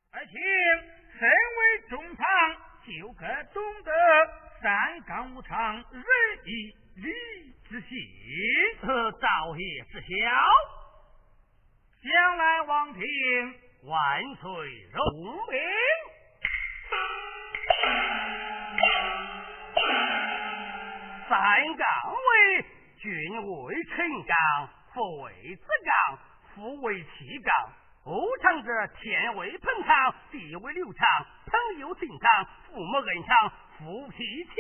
而且身为中堂，就该懂得三纲五常、仁义礼智信。 道爷知晓。 将来王庭万岁荣命。三纲为君为臣纲，父为子纲，父为妻纲。无常者，天为彭常，地为刘常，朋友情长，父母恩常，夫妻情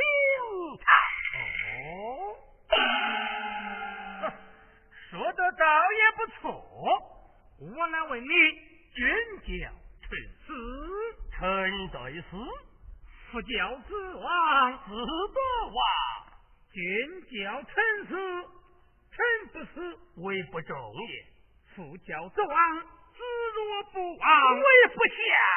长。说的倒也不错。我乃为你君教臣思， 臣对思， 父教子亡， 子不亡。 君教臣思，臣不思， 为不忠也； 父教子亡，子若不亡， 为不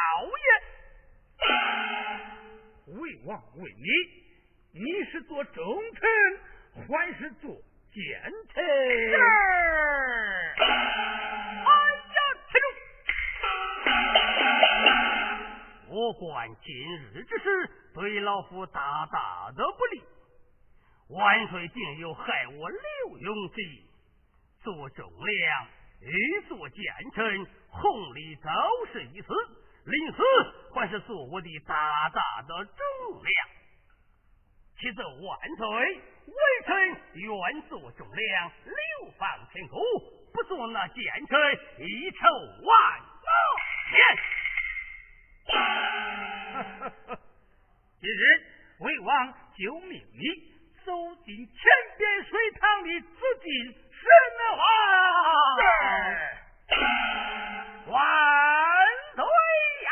孝也。为王为你，你是做忠臣，还是做奸臣？ 我观今日之事，对老夫大大的不利。万岁竟有害我刘墉之意，做忠良与做奸臣，红里都是一死，临死还是做我的大大的忠良。启奏万岁，微臣愿做忠良，流放天宫，不做那奸臣，以酬万岁。 今日魏王就命你走进前边水塘里，紫禁神王。 万岁呀！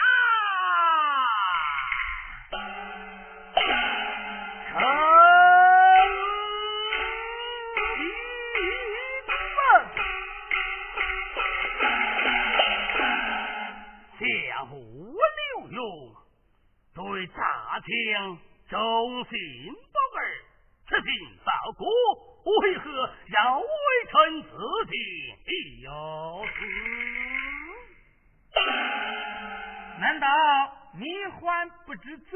相互刘墉对大清忠心不二，此心报国，为何让微臣自尽有难道你还不知罪？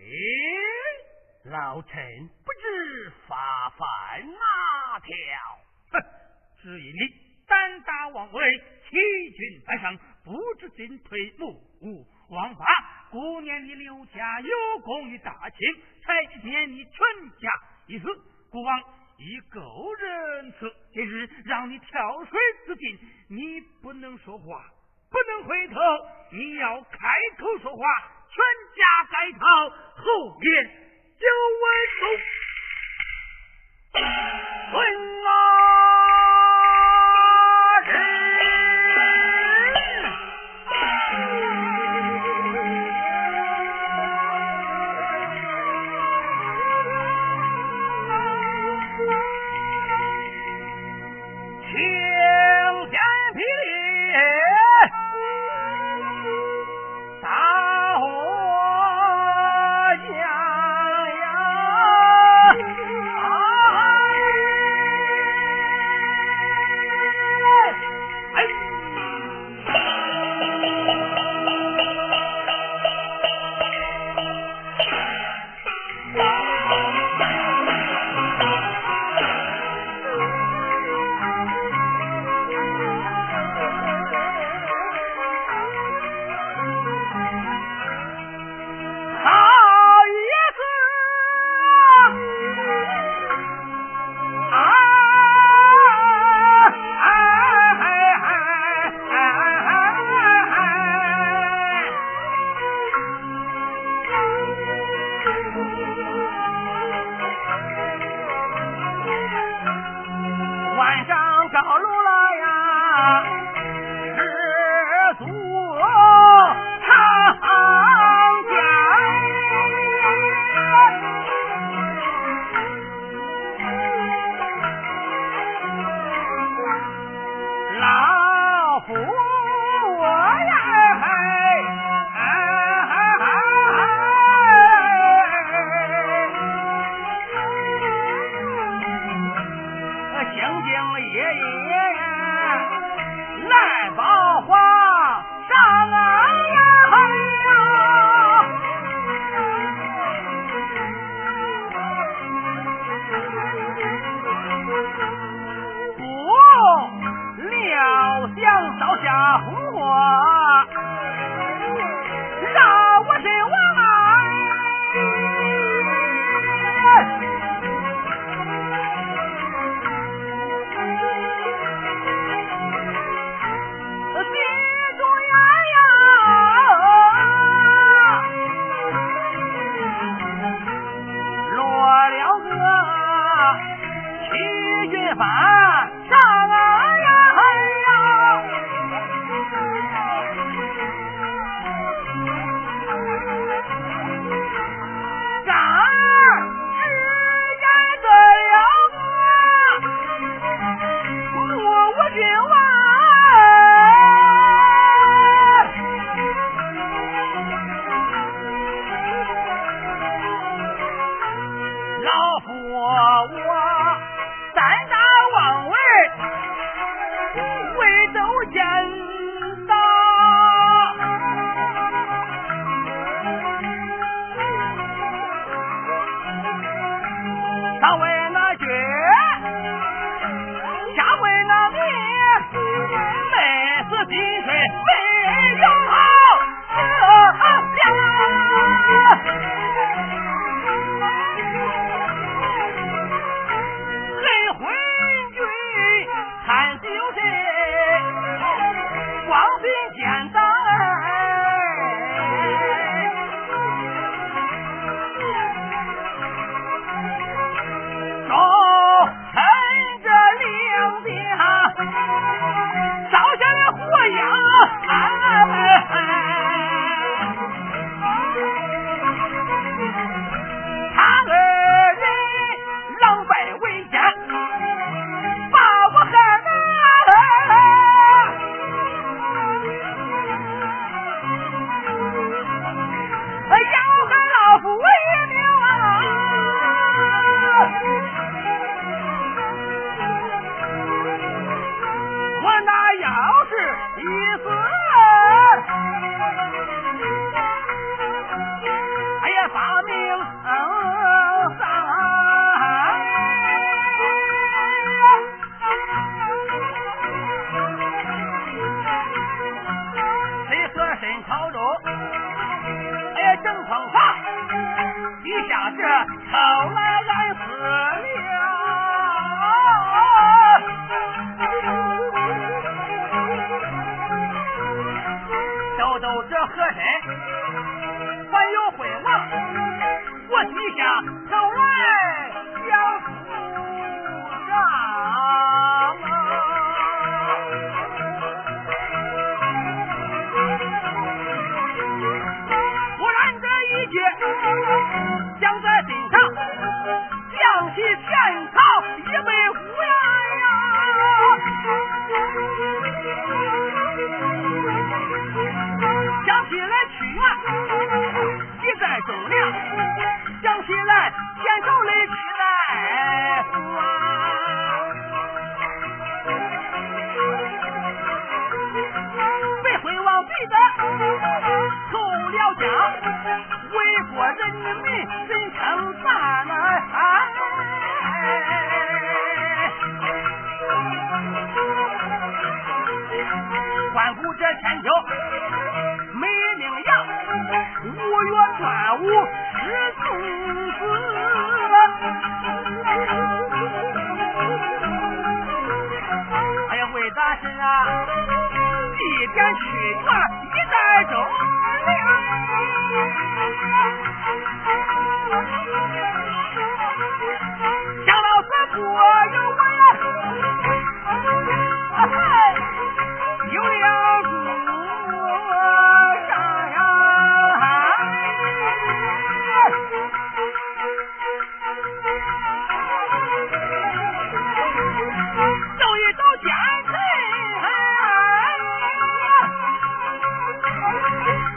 老臣不知法犯哪条？ 哼，只因你胆大妄为，欺君犯上，不知进退，目无王法。故年你刘家有功于大清，才免你全家一死。孤王以够仁慈，今日让你跳水自尽，你不能说话，不能回头，你要开口说话，全家该逃，后面就稳住。 问来报皇上啊呀！ 翻上呀干只眼得了我今晚老夫我三大王位为都见到上为那君下为那民累死金水没有黑昏君看酒谁光凭简单趁着两家烧下来火呀他二人狼狈为奸把我害要害老夫为命啊我那要是一死哎呀发命丧谁和身烤肉哎呀正风房地下这后来俺死了都这河身还有昏王我低下头来要出账忽然这一切将在心上想起天朝一位无缘呀想起来屈原记在忠良想起来天朝的屈大夫被昏王逼得投了江为国人民真称赞关顾这千秋美名扬五月端午是粽子哎呀为咱是啊祭奠屈原一代忠良想到此不由我有了主上呀走一走奸臣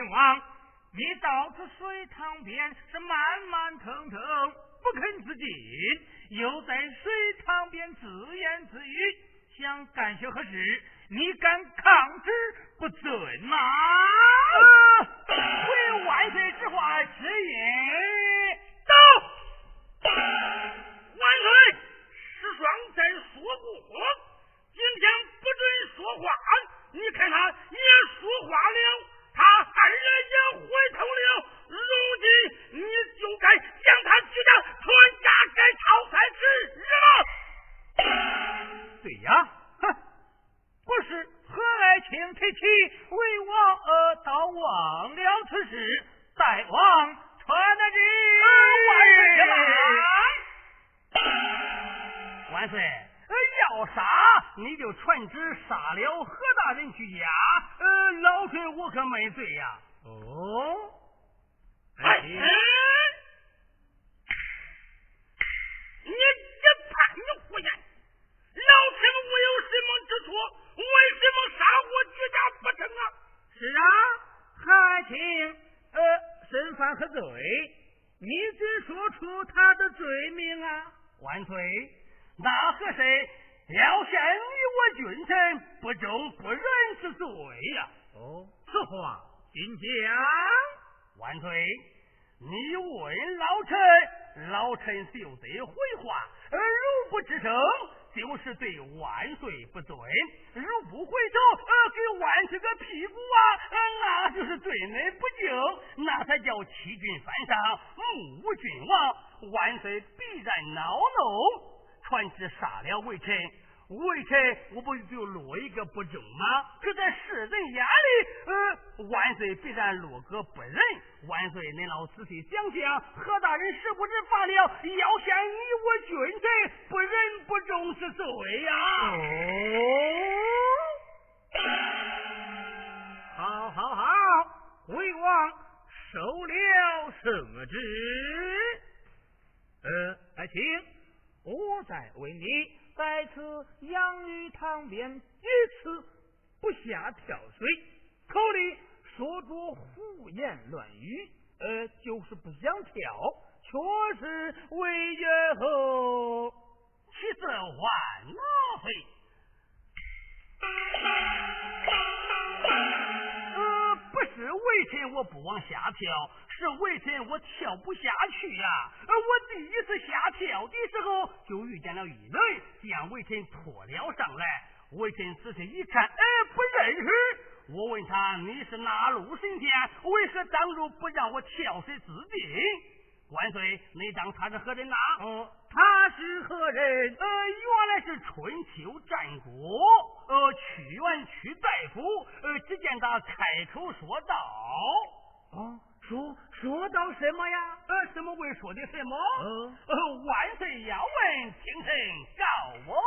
郡王，你到此水塘边是慢慢腾腾，不肯自进，又在水塘边自言自语，想干些何事？你敢抗旨不准吗？ 回万岁之话之言。 走，万岁，石双在说过，今天不准说话。你看他也说话了，他二人也回头了。如今你就该将他举家传家该讨才之日了。 对呀，哼，不是何爱卿提起为王倒忘了此事，大王传的旨。 万岁，要杀你就传旨杀了何大人居家，老臣我可没罪呀。 哦， 哎，你这叛逆胡言！老臣我有什么之错？为什么杀我居家不成啊？ 是啊，何爱卿身犯何罪？你只说出他的罪名啊！ 万岁，那和谁要陷于我君臣不忠不仁之罪呀？ 哦，此话请讲。 万岁，你问老臣就得回话，如不吱声，就是对万岁不尊；如不回头，给万岁个屁股啊，那就是对内不敬，那才叫欺君犯上，目无君王。万岁必然恼怒，传旨杀了微臣，我不就落一个不忠吗？可在世人眼里，万岁必然落个不仁。万岁，您老仔细想想，何大人是不是犯了要陷于我君臣不仁不忠之罪呀？ 好，回王受了什么旨？爱卿，我再问你，在此养鱼塘边几次不下跳水，口里说着胡言乱语，就是不想跳，确实为绝后， 其这万哪会？不是为臣我不往下跳，是为臣我跳不下去呀。我第一次下跳的时候，就遇见了一人，将为臣拖了上来。为臣仔细一看，不认识。我问他，你是哪路神仙？为何当初不让我跳水自尽？万岁，你当他是何人呐？ 他是何人？ 原来是春秋战国屈原屈大夫。只见他开口说道： 说到什么呀？ 什么未说的什么？万岁要问，请臣告我。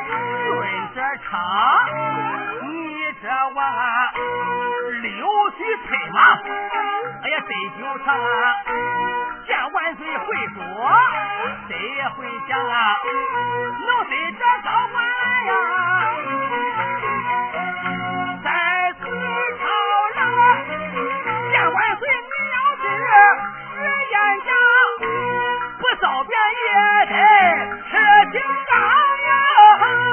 你这王啊，流血催马，哎呀，这就成啊！见万岁会说，谁也会想啊，能谁这高官呀？在此朝上，见万岁，你要是言讲，不招便也得吃金刚呀！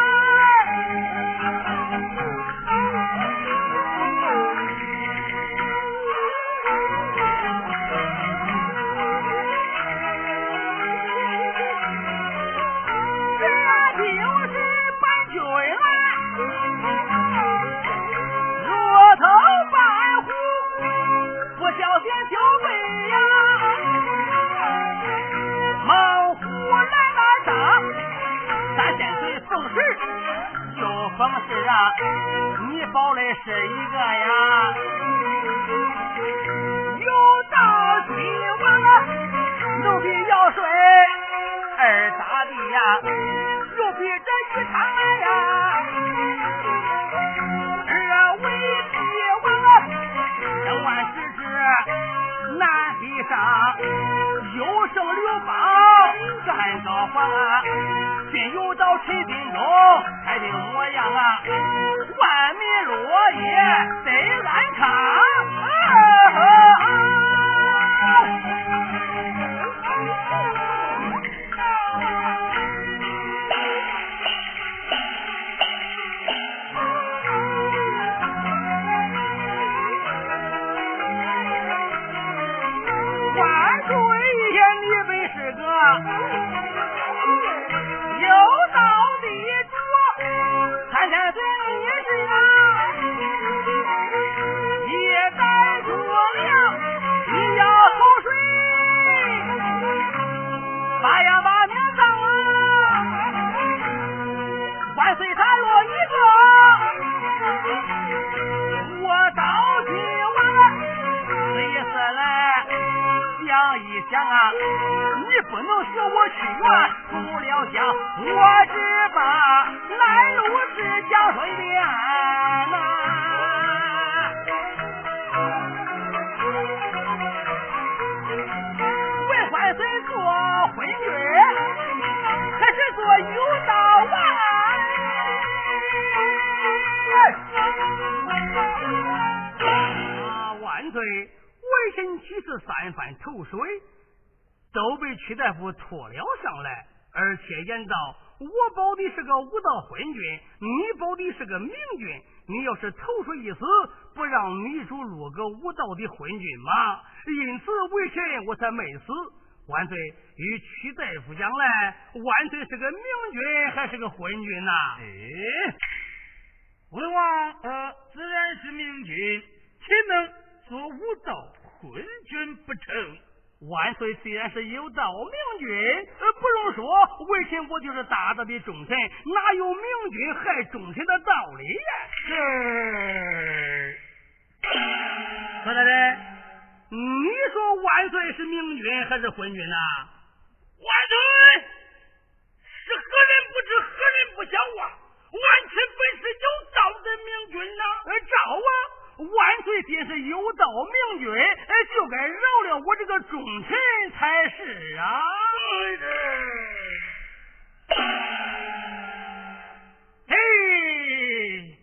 方式啊，你保的是一个呀，有道君王啊，奴婢要水二大弟呀，又比这一场呀，二位帝王啊，千万时之难比上，有胜刘邦干高皇啊，君有道秦兵中开定模样啊，万民落叶得安康。万岁爷，你本是个有道的主，参见岁你是啊，也带住了你要口水，把呀把名上啊，万岁他落一个，我到今晚意思来想一想啊，你不能学我屈原出了江，我只把来路事讲说一遍呐。为万岁做昏君，还是做有道王？万岁！为臣几次三番投水，都被屈大夫拖了上来，而且言道：我保的是个无道昏君，你保的是个明君，你要是投水一死，不让女主落个无道的昏君吗？因此为臣我才没死。万岁，与屈大夫讲来，万岁是个明君还是个昏君呐？ 魏王自然是明君，岂能做无道昏君不成？ 万岁虽然是有道明君，不容说，为臣我就是大大的忠臣，哪有明君害忠臣的道理呀？ 是。 何大人，你说万岁是明君还是昏君呐？ 万岁，是何人不知何人不晓啊？万臣本是有道的明君呐。 照啊！万岁既是有道明君，就该饶了我这个忠臣才是啊！嘿，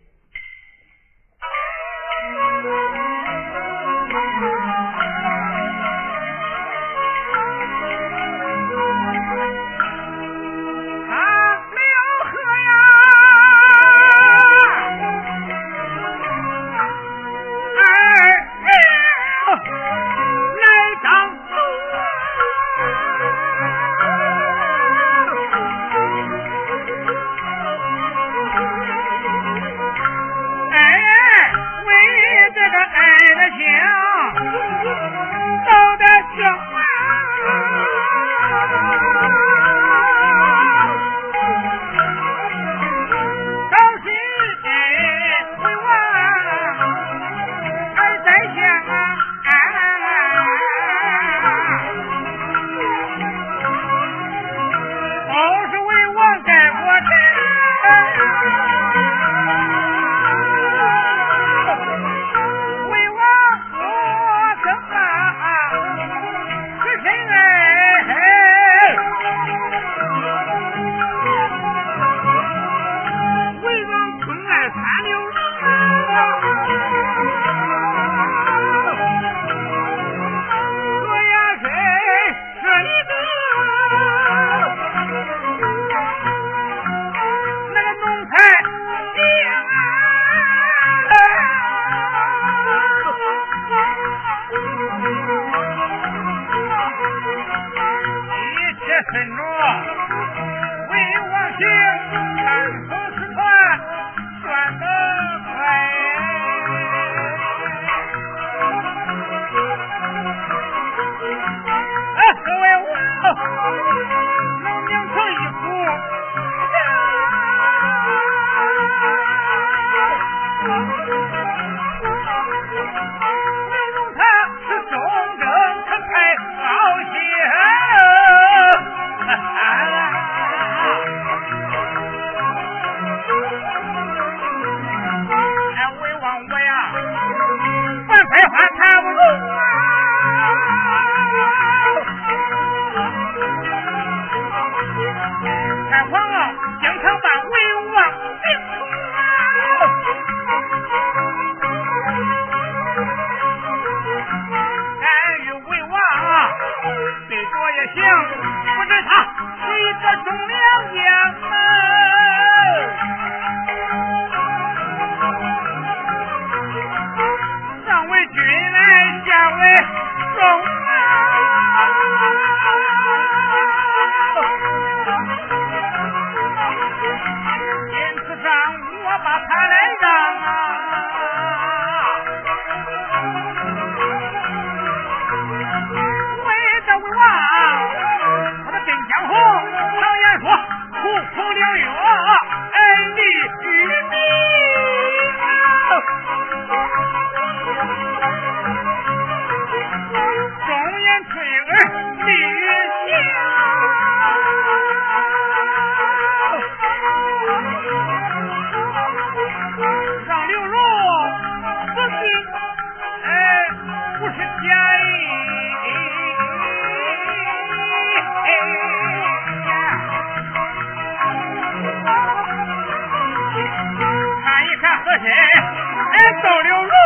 到刘荣。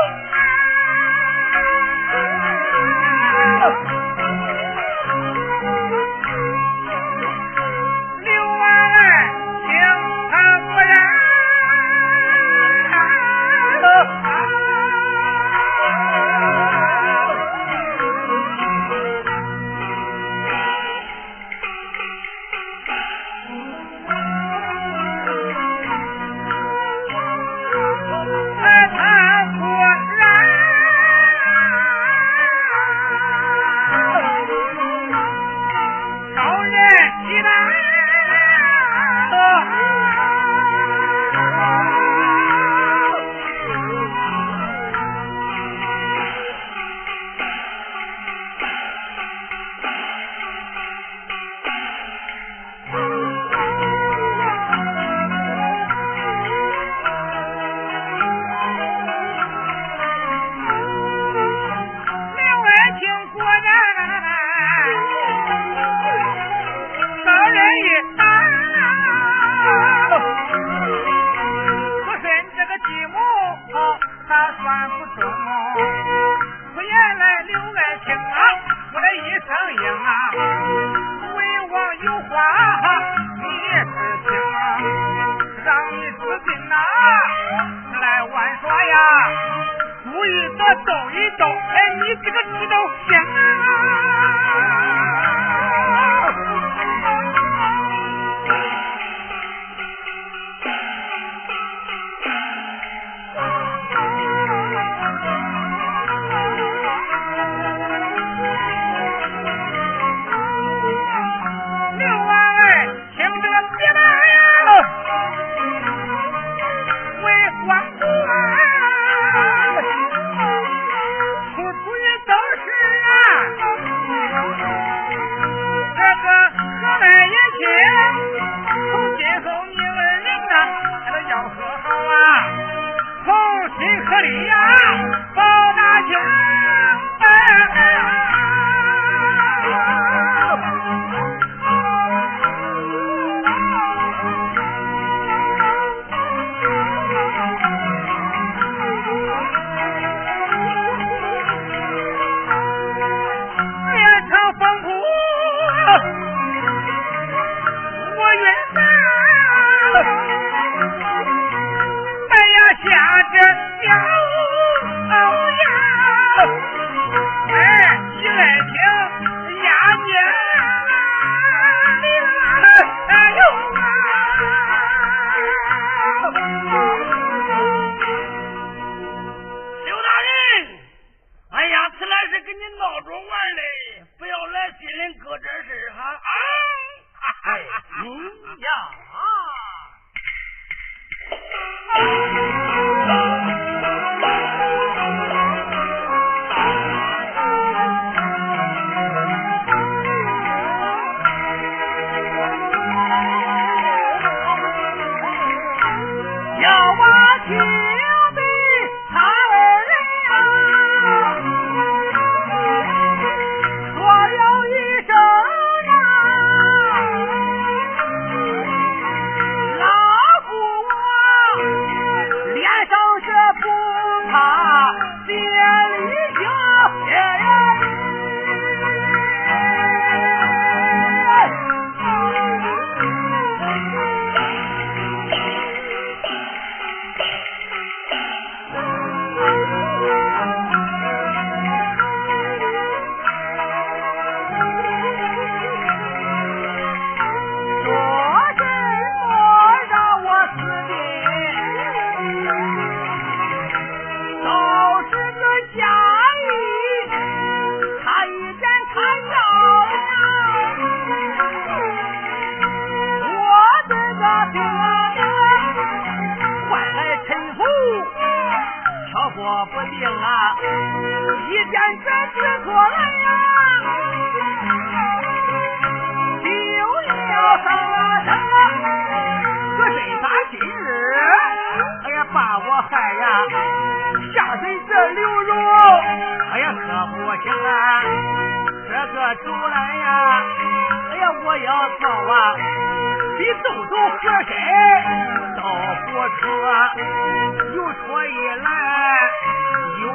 又说一来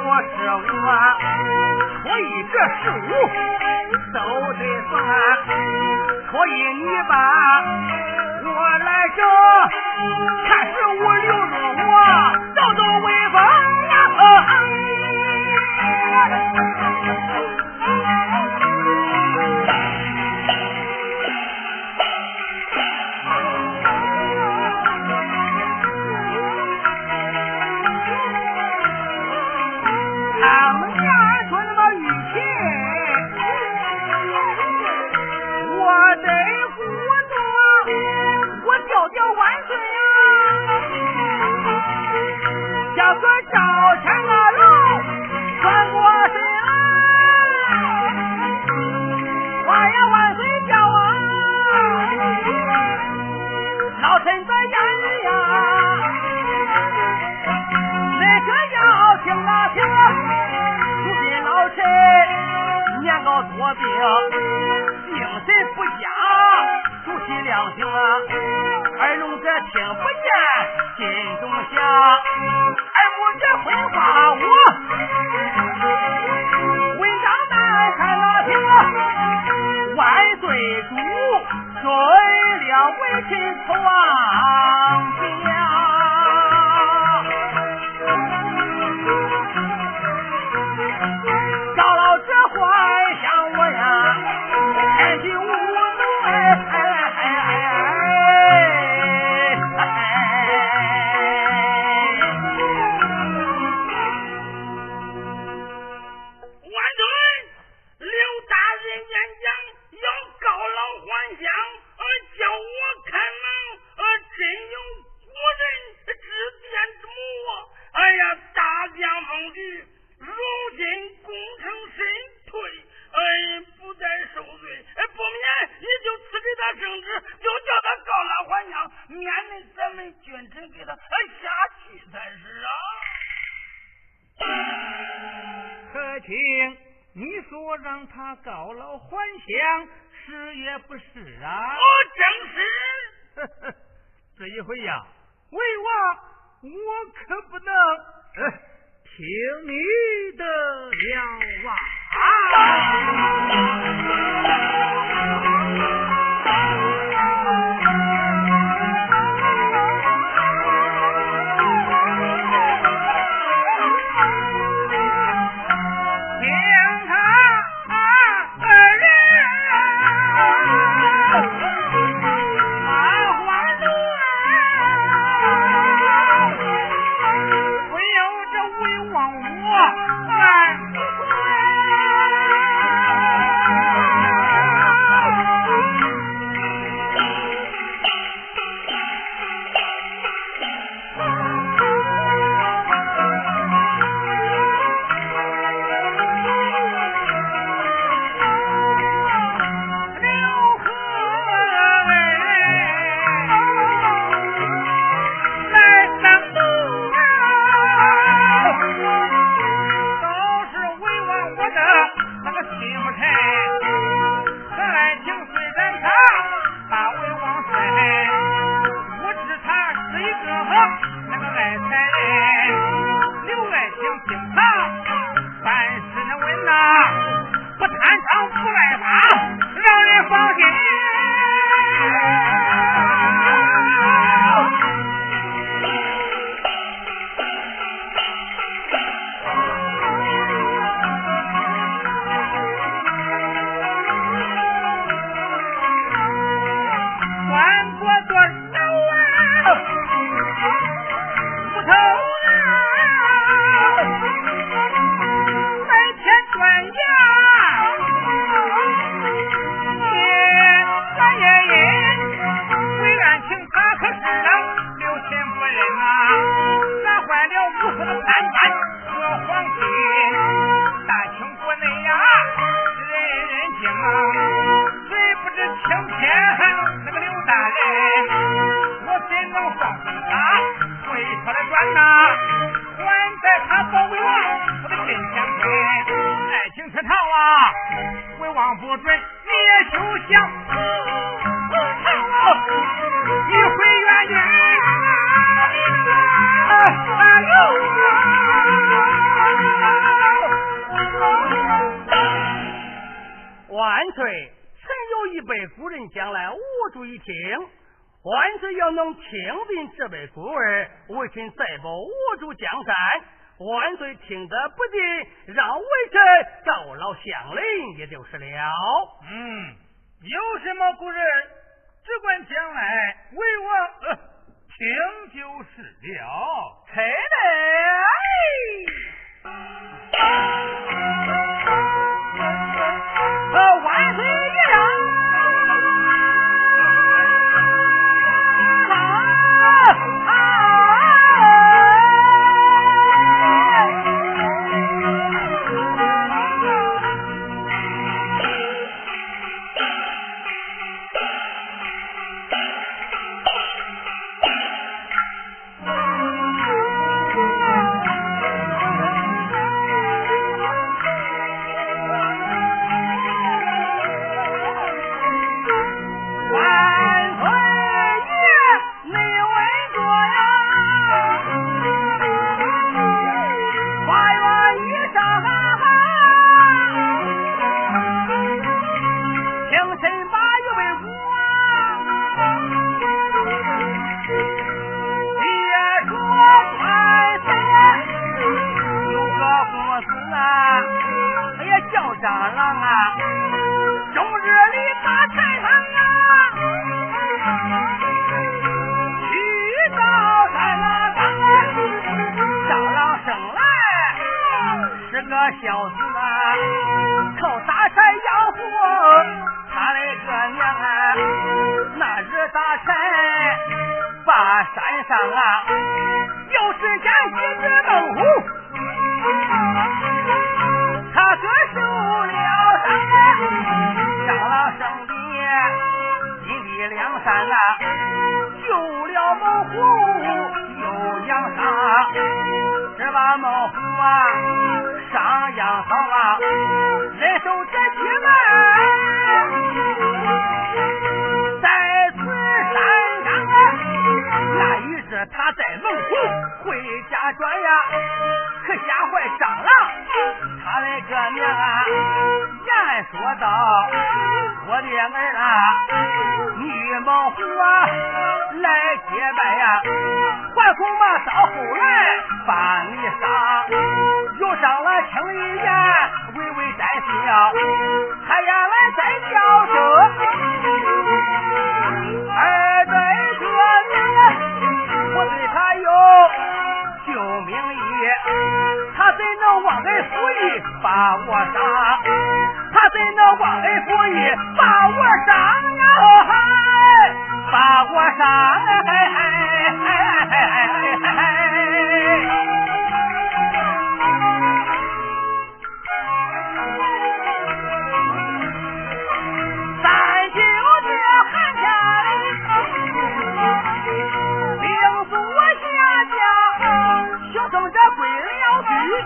说是我初一这事物都得算，所以你把我来这，看是我留住我走走威风呀！他们家说那么玉琴，我得鼓动，我叫叫万岁呀！叫个赵钱那楼转过身啊，花呀万岁叫啊，老臣在家里呀，那个要听啊听啊，如今老臣年高多病，精神不佳，主席良心啊，耳聋者听不见，心中想，耳目这挥发我，文章难看那听，万岁主准了为亲闯家。到了这话想我呀，开心无怒万岁，刘大人演讲要告老还乡，叫我看能真有古人之典之母。哎呀，大将风吕，如今功成身退，不再受罪，不免你就赐给他圣旨，就叫他告老还乡，免得咱们君臣给他下去才是啊。 可卿，你说让他告老还乡，是也不是啊？ 正是。 这一回呀，为王我可不能听你的了啊！ 万岁曾有一位古人讲来，无主一听。万岁要能听尽这位孤儿，为臣再报我主江山。万岁听得不尽，让微臣告老乡邻，也就是了。 有什么故人，只管将来为我听就是了。 开来。万岁爷呀！蟑螂啊，终日里打柴塘啊，去到山那当蟑螂生来是个小子啊，靠打柴养活他那个娘啊，那日打柴把山上啊又是见几只猛虎，他可受了伤啊，蟑螂生的金地梁山啊，救了猛虎又养伤，这把猛虎啊伤养好啊，忍受这些在此山上啊，那一日他在猛虎回家转呀，可吓坏蟑螂，他那个娘啊言说道，我的儿啊，你猛虎啊来结拜呀，还恐怕到后来把你伤，又上了轻一言微微带笑，他也来再叫声儿对这娘，我对他有救命义，他怎能忘恩负义把我伤，他怎能忘恩负义把我伤啊，把我伤三舅这寒家兵卒下家，兄生这归了居，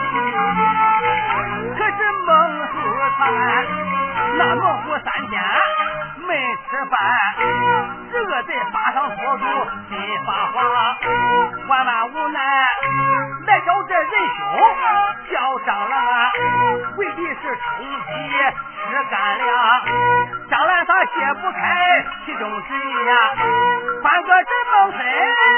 可是孟子餐那猛虎3天没吃饭，饿得发上锁骨心发慌，万万无奈来找这仁兄叫蟑螂啊，为的是充饥吃干粮，蟑螂他解不开其中之意呀，换个这梦身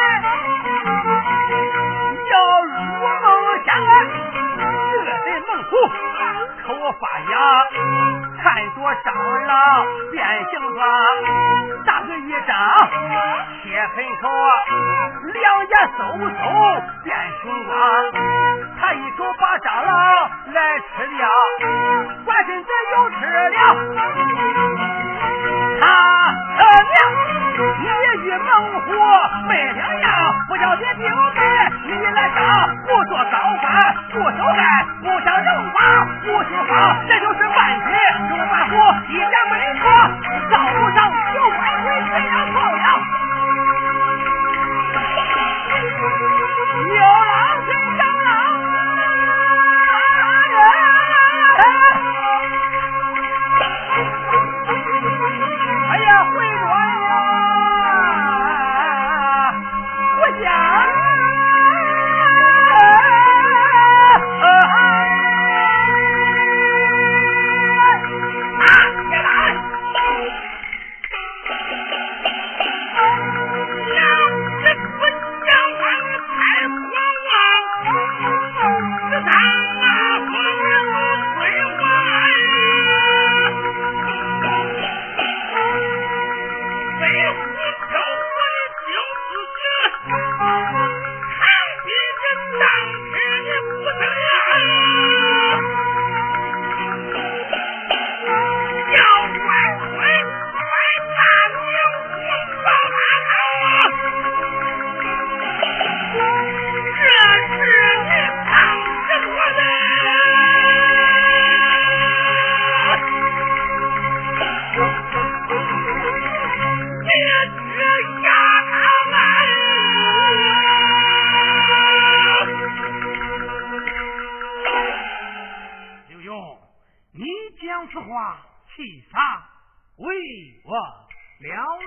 要入梦乡啊，这人猛虎口发痒，看着蟑螂变形状，大嘴一张切喷口，两眼嗖嗖变凶光，他一口把蟑螂来吃掉，关身子又吃了他娘，你与猛虎没两样，不叫你定罪，你来上不做高官，不守干，不想荣华，不心慌，这就是万岁中万虎一点没错，道路上有万岁这样漂亮，有狼追蟑螂哎呀回转呀我想啊你将此话气啥为我了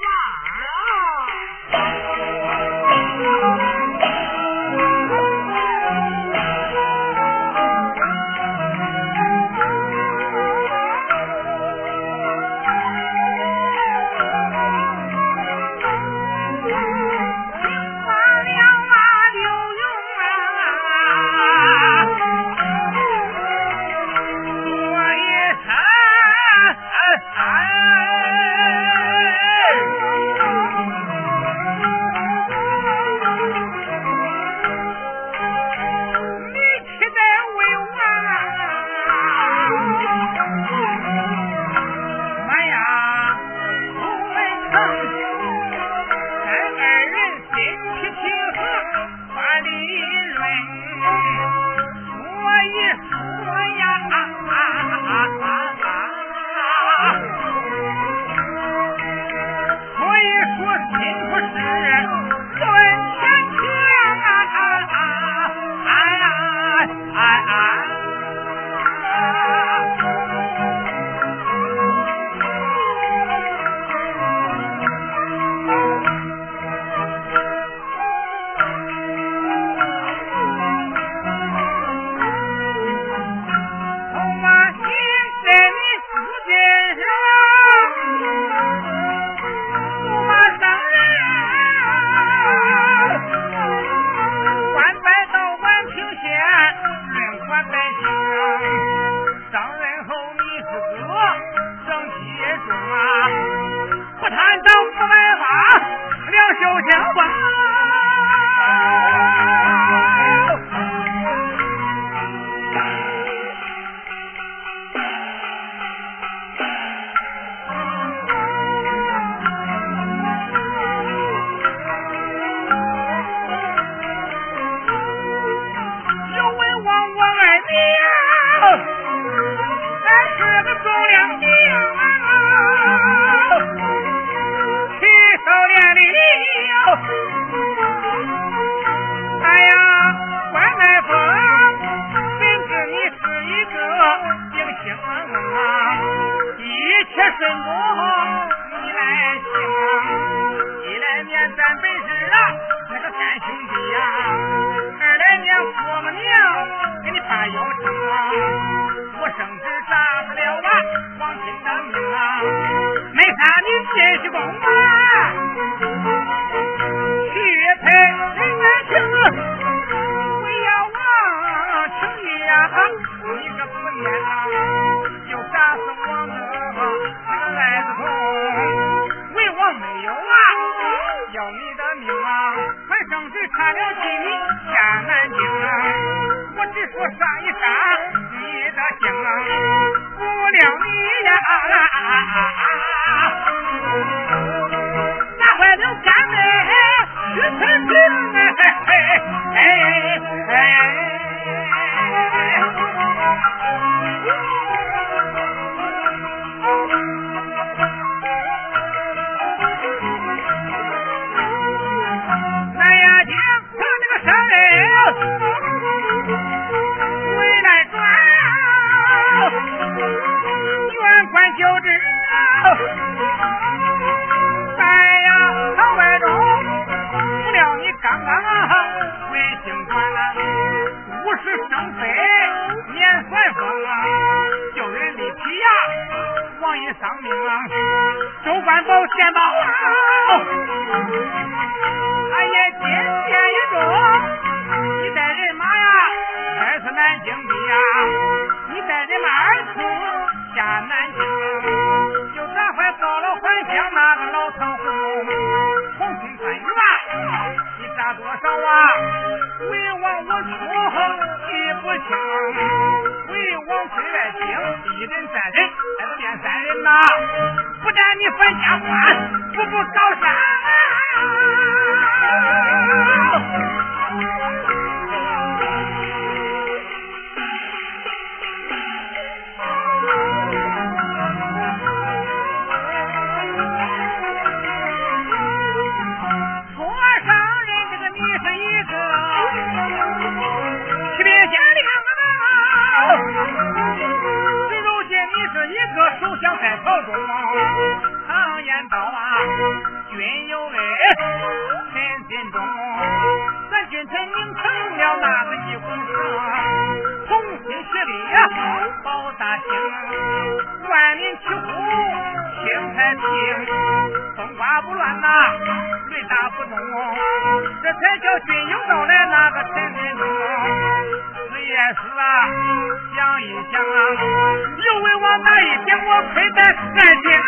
走向在朝中，常言道啊，君有恩，臣心忠。咱君臣拧成了那个一红绳，同心协力呀，保大兴，万民齐呼，兴太平，风刮不乱呐，雷打不动，这才叫君有到来那个臣心忠。死也死啊，想一想啊，又为我哪一天我亏待爱情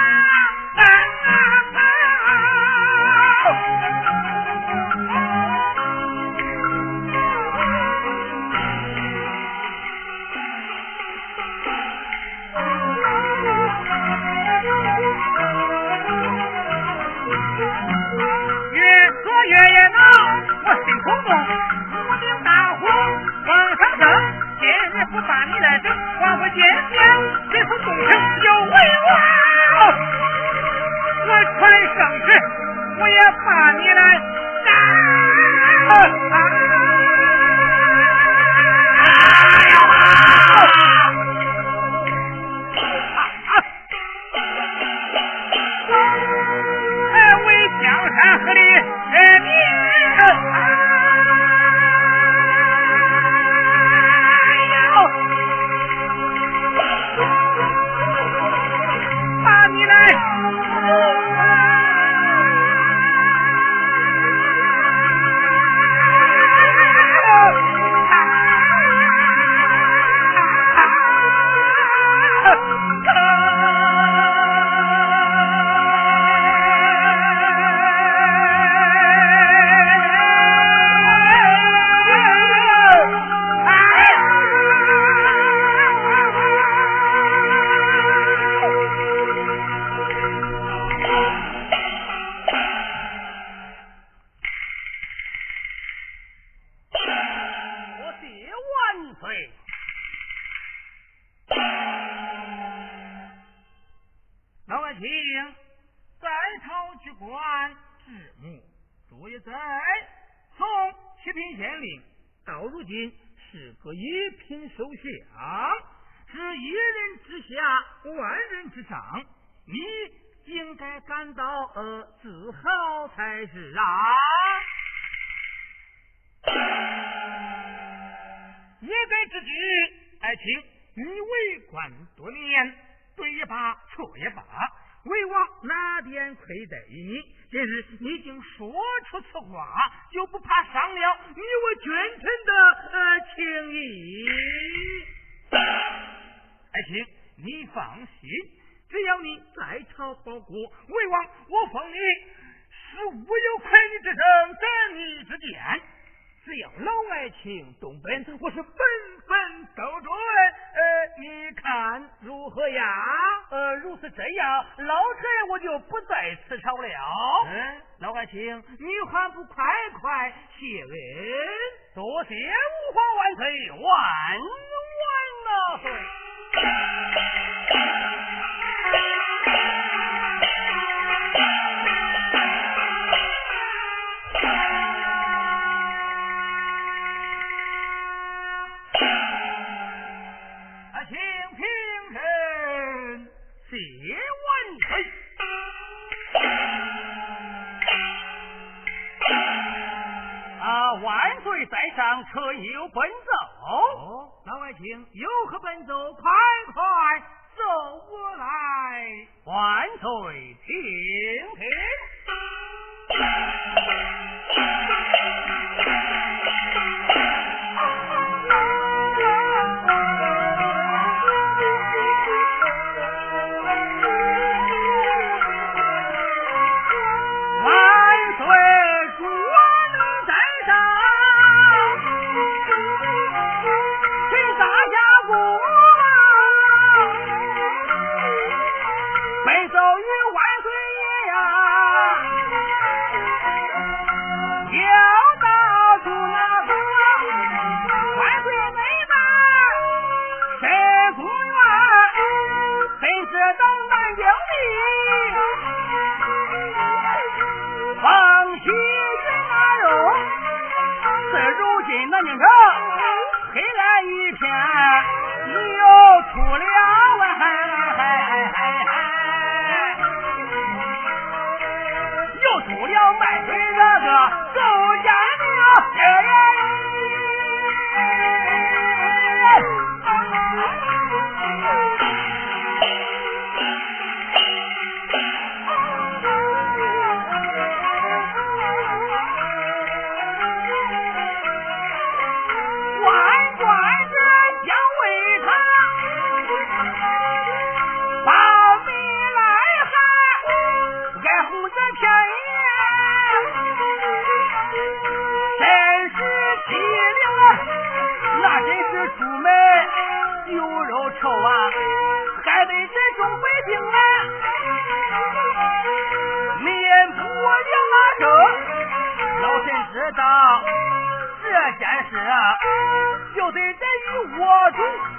越说越热闹，我心口中无名大火往上升。今日不把你来整，黄河见面这副东城有为我，我传圣旨，我也把你来为江山河的人民把你来老百姓在朝去官之目，主也在，从七品县令到如今是个一品首相，是一人之下万人之上，你应该感到自豪才是啊！也该知之，爱卿，你为官多年，对也罢，错也罢，为王哪点亏待你？今日你已经说出此话，就不怕伤了你我君臣的情谊。爱卿，你放心，只要你在朝报国，为王我封你是无有亏你之声，斩你之见。只要老爱卿动本，我是本本都准。你看如何呀？如此这样，老臣我就不在此朝了。老爱卿，你还不快快谢恩？多谢吾皇万岁，万万岁！万岁在上，可有本奏？老爱卿有何本奏？快快奏我来。万岁，听听。黑来一片，你又出了外周家庙。臭啊，还得这种北京啊，面不要啊这老身知道这件事就得这与我主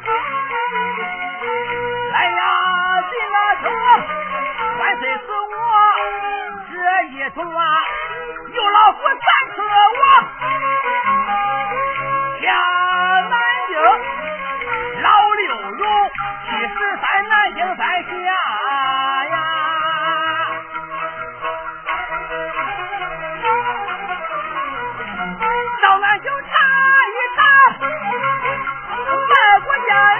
来呀，进了城万岁死我这一通啊，有老夫三次我下南京老六荣73南京三峡呀，到南京查一查卖国家呀，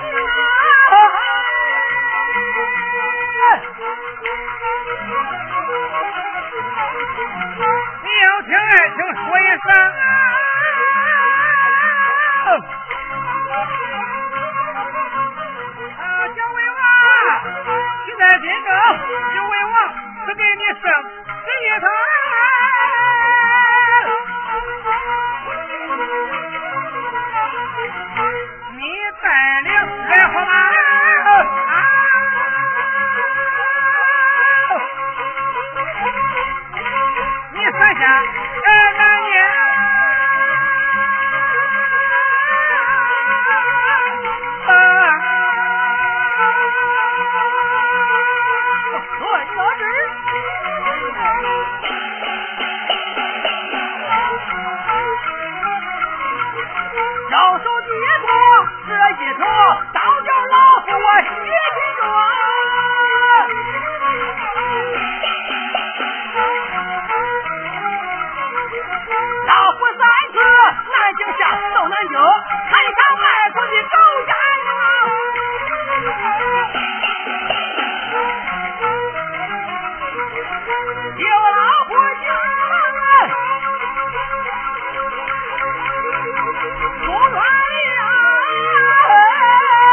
你要听爱听说一声小魏王现在今个小魏王是给你生这一堂你带领来好吗你三下难念招手接过这一头倒叫老夫我写心中老夫三次南京下走南京看上外国的周家呀有老夫家中原呀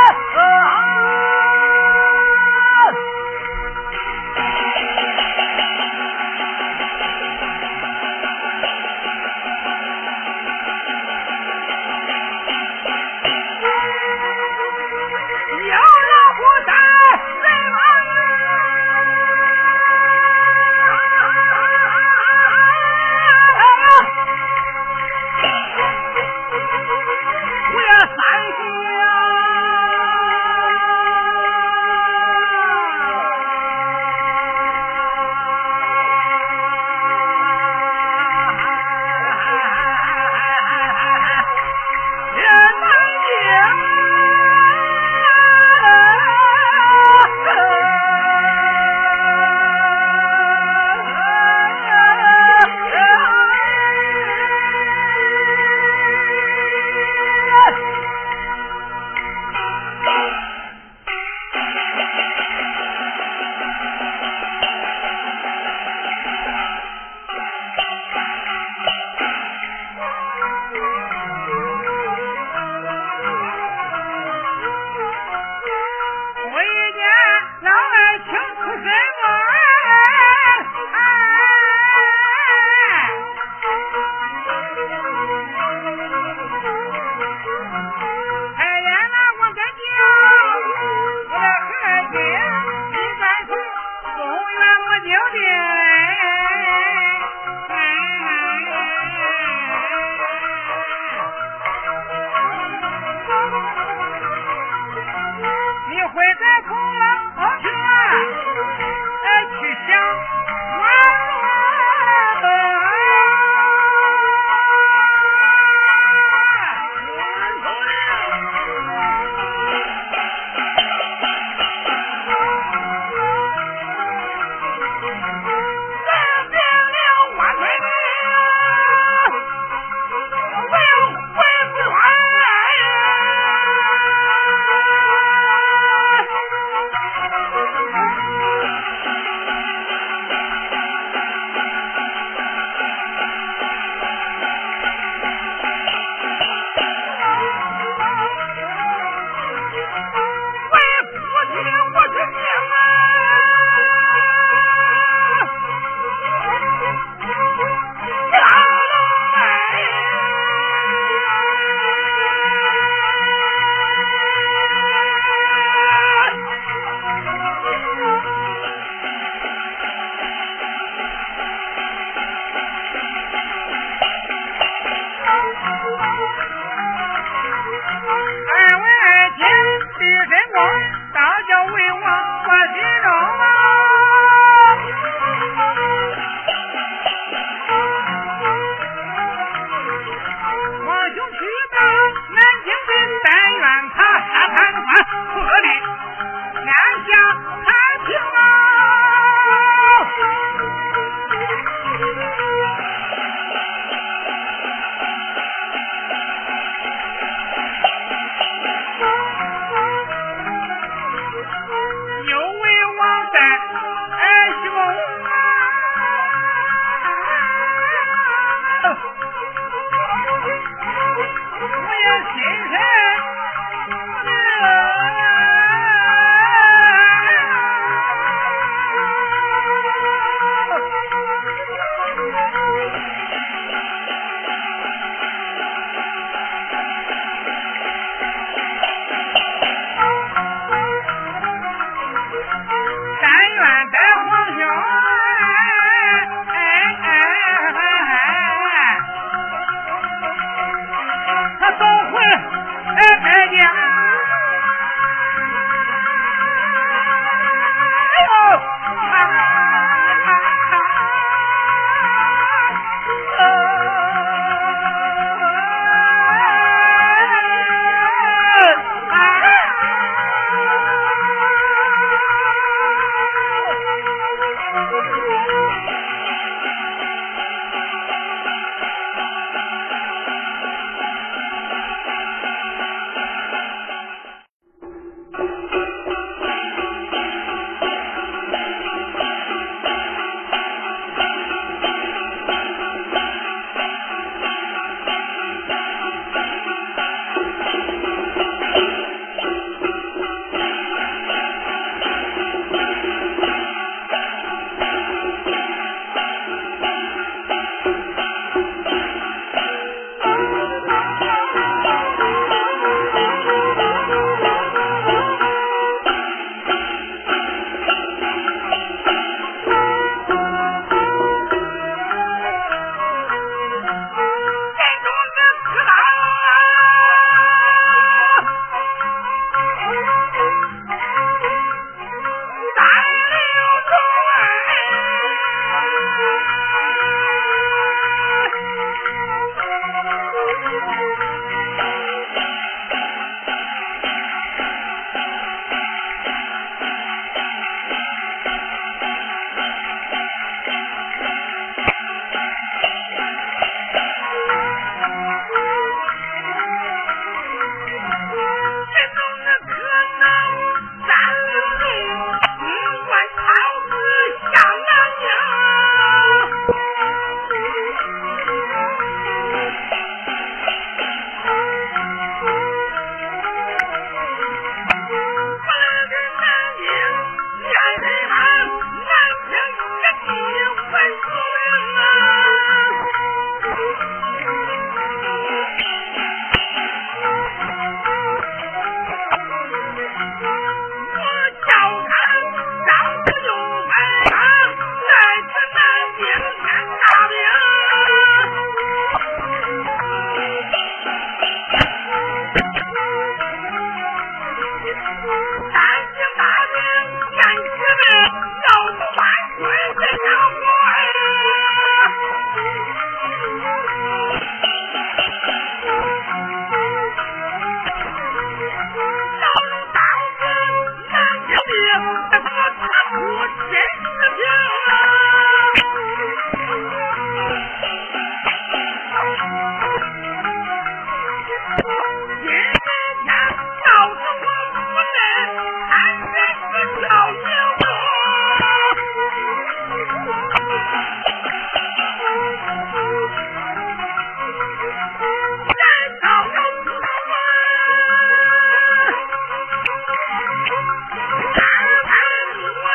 我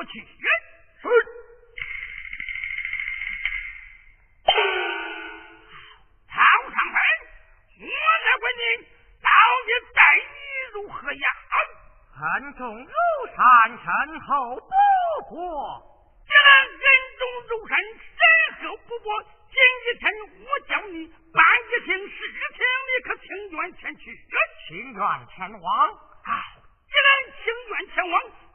去。 是。曹尚文，我来问你，到底待你如何呀？ 恩重如山，身后不过。 既然恩重如山，身后不过，今一天我叫你办一件事情，你可情愿前去？ 情愿前往。 好，既然情愿前往，